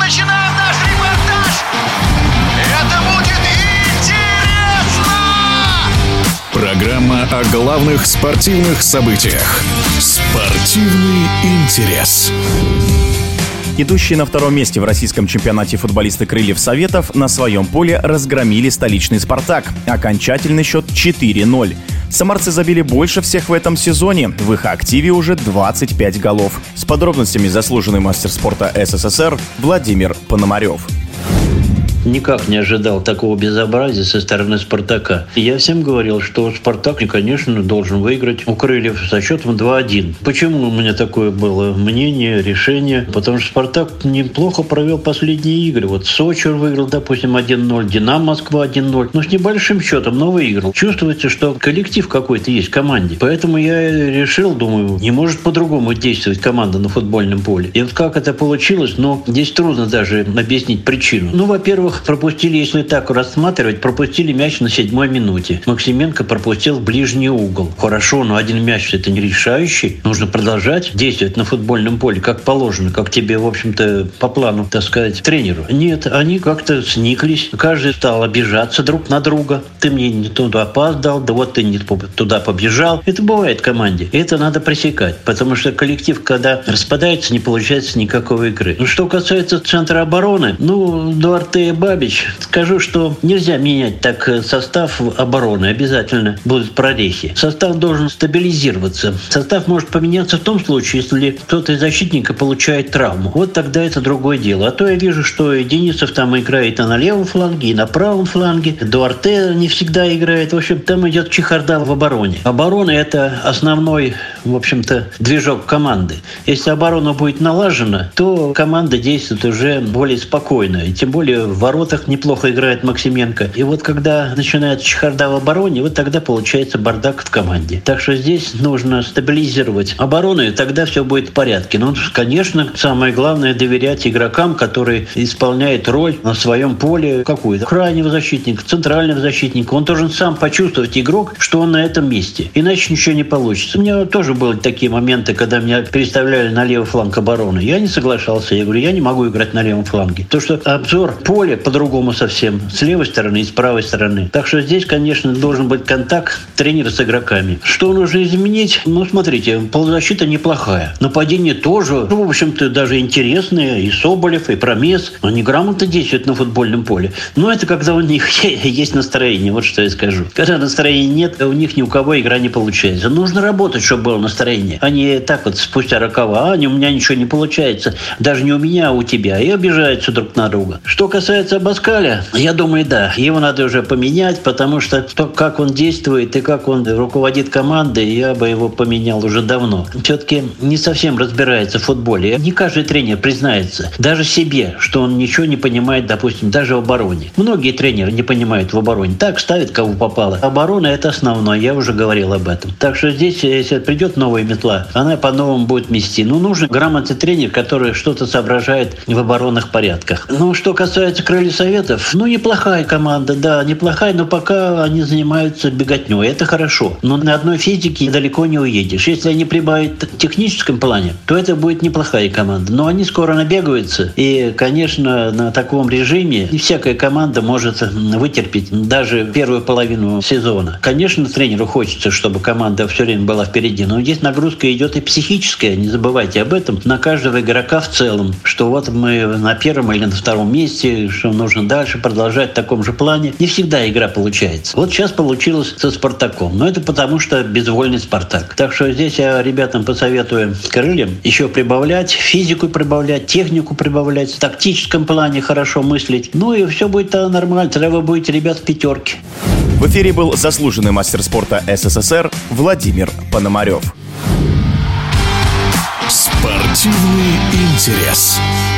начинаем наш репортаж. Это будет интересно! Программа о главных спортивных событиях. Спортивный интерес. Идущие на втором месте в российском чемпионате футболисты «Крыльев Советов» на своем поле разгромили столичный «Спартак». Окончательный счет 4-0. Самарцы забили больше всех в этом сезоне. В их активе уже 25 голов. С подробностями заслуженный мастер спорта СССР Владимир Пономарев. Никак не ожидал такого безобразия со стороны «Спартака». Я всем говорил, что «Спартак», конечно, должен выиграть у «Крыльев» со счетом 2-1. Почему у меня такое было мнение, решение? Потому что «Спартак» неплохо провел последние игры. Вот Сочи выиграл, допустим, 1-0, «Динамо» Москва 1-0. Но с небольшим счетом, но выиграл. Чувствуется, что коллектив какой-то есть в команде. Поэтому я решил, думаю, не может по-другому действовать команда на футбольном поле. И вот как это получилось, здесь трудно даже объяснить причину. Во-первых, пропустили, если так рассматривать, пропустили мяч на 7-й минуте. Максименко пропустил в ближний угол. Хорошо, но один мяч это не решающий. Нужно продолжать действовать на футбольном поле, как положено, как тебе, в общем-то, по плану, так сказать, тренеру. Нет, они как-то сниклись. Каждый стал обижаться друг на друга. Ты мне не туда опоздал, да вот ты не туда побежал. Это бывает в команде. И это надо пресекать, потому что коллектив, когда распадается, не получается никакой игры. Что касается центра обороны, Дуарте и Бабич, скажу, что нельзя менять так состав обороны. Обязательно будут прорехи. Состав должен стабилизироваться. Состав может поменяться в том случае, если кто-то из защитника получает травму. Вот тогда это другое дело. А то я вижу, что и Денисов там играет и на левом фланге, и на правом фланге. Дуарте не всегда играет. В общем, там идет чехарда в обороне. Оборона – это основной, в общем-то, движок команды. Если оборона будет налажена, то команда действует уже более спокойно. И тем более в воротах неплохо играет Максименко. И вот когда начинает чехарда в обороне, вот тогда получается бардак в команде. Так что здесь нужно стабилизировать оборону, и тогда все будет в порядке. Конечно, самое главное доверять игрокам, которые исполняют роль на своем поле какую-то. Крайнего защитника, центрального защитника. Он должен сам почувствовать, игрок, что он на этом месте. Иначе ничего не получится. У меня тоже были такие моменты, когда меня переставляли на левый фланг обороны. Я не соглашался. Я говорю, я не могу играть на левом фланге. То, что обзор поля по-другому совсем. С левой стороны и с правой стороны. Так что здесь, конечно, должен быть контакт тренера с игроками. Что нужно изменить? Смотрите, полузащита неплохая. Нападение тоже, в общем-то, даже интересное. И Соболев, и Промес. Они грамотно действуют на футбольном поле. Но это когда у них есть настроение. Вот что я скажу. Когда настроения нет, у них ни у кого игра не получается. Нужно работать, чтобы было настроение. Они так вот спустя рукава, у меня ничего не получается. Даже не у меня, а у тебя. И обижаются друг на друга. Что касается Абаскаля, я думаю, да, его надо уже поменять, потому что то, как он действует и как он руководит командой, я бы его поменял уже давно. Все-таки не совсем разбирается в футболе. Не каждый тренер признается даже себе, что он ничего не понимает, допустим, даже в обороне. Многие тренеры не понимают в обороне. Так ставят, кого попало. Оборона – это основное, я уже говорил об этом. Так что здесь, если придет новая метла, она по-новому будет мести. Нужен грамотный тренер, который что-то соображает в оборонных порядках. Что касается «Крыльев Советов», неплохая команда, да, неплохая, но пока они занимаются беготней. Это хорошо. Но на одной физике далеко не уедешь. Если они прибавят в техническом плане, то это будет неплохая команда. Но они скоро набегаются. И, конечно, на таком режиме не всякая команда может вытерпеть даже первую половину сезона. Конечно, тренеру хочется, чтобы команда все время была впереди. Но здесь нагрузка идет и психическая. Не забывайте об этом. На каждого игрока в целом. Что вот мы на первом или на втором месте, что нужно дальше продолжать в таком же плане. Не всегда игра получается. Вот сейчас получилось со «Спартаком». Но это потому, что безвольный «Спартак». Так что здесь я ребятам посоветую «Крыльям» еще прибавлять, физику прибавлять, технику прибавлять, в тактическом плане хорошо мыслить. И все будет нормально. Тогда вы будете, ребят, в пятерке. В эфире был заслуженный мастер спорта СССР Владимир Пономарев. Спортивный интерес.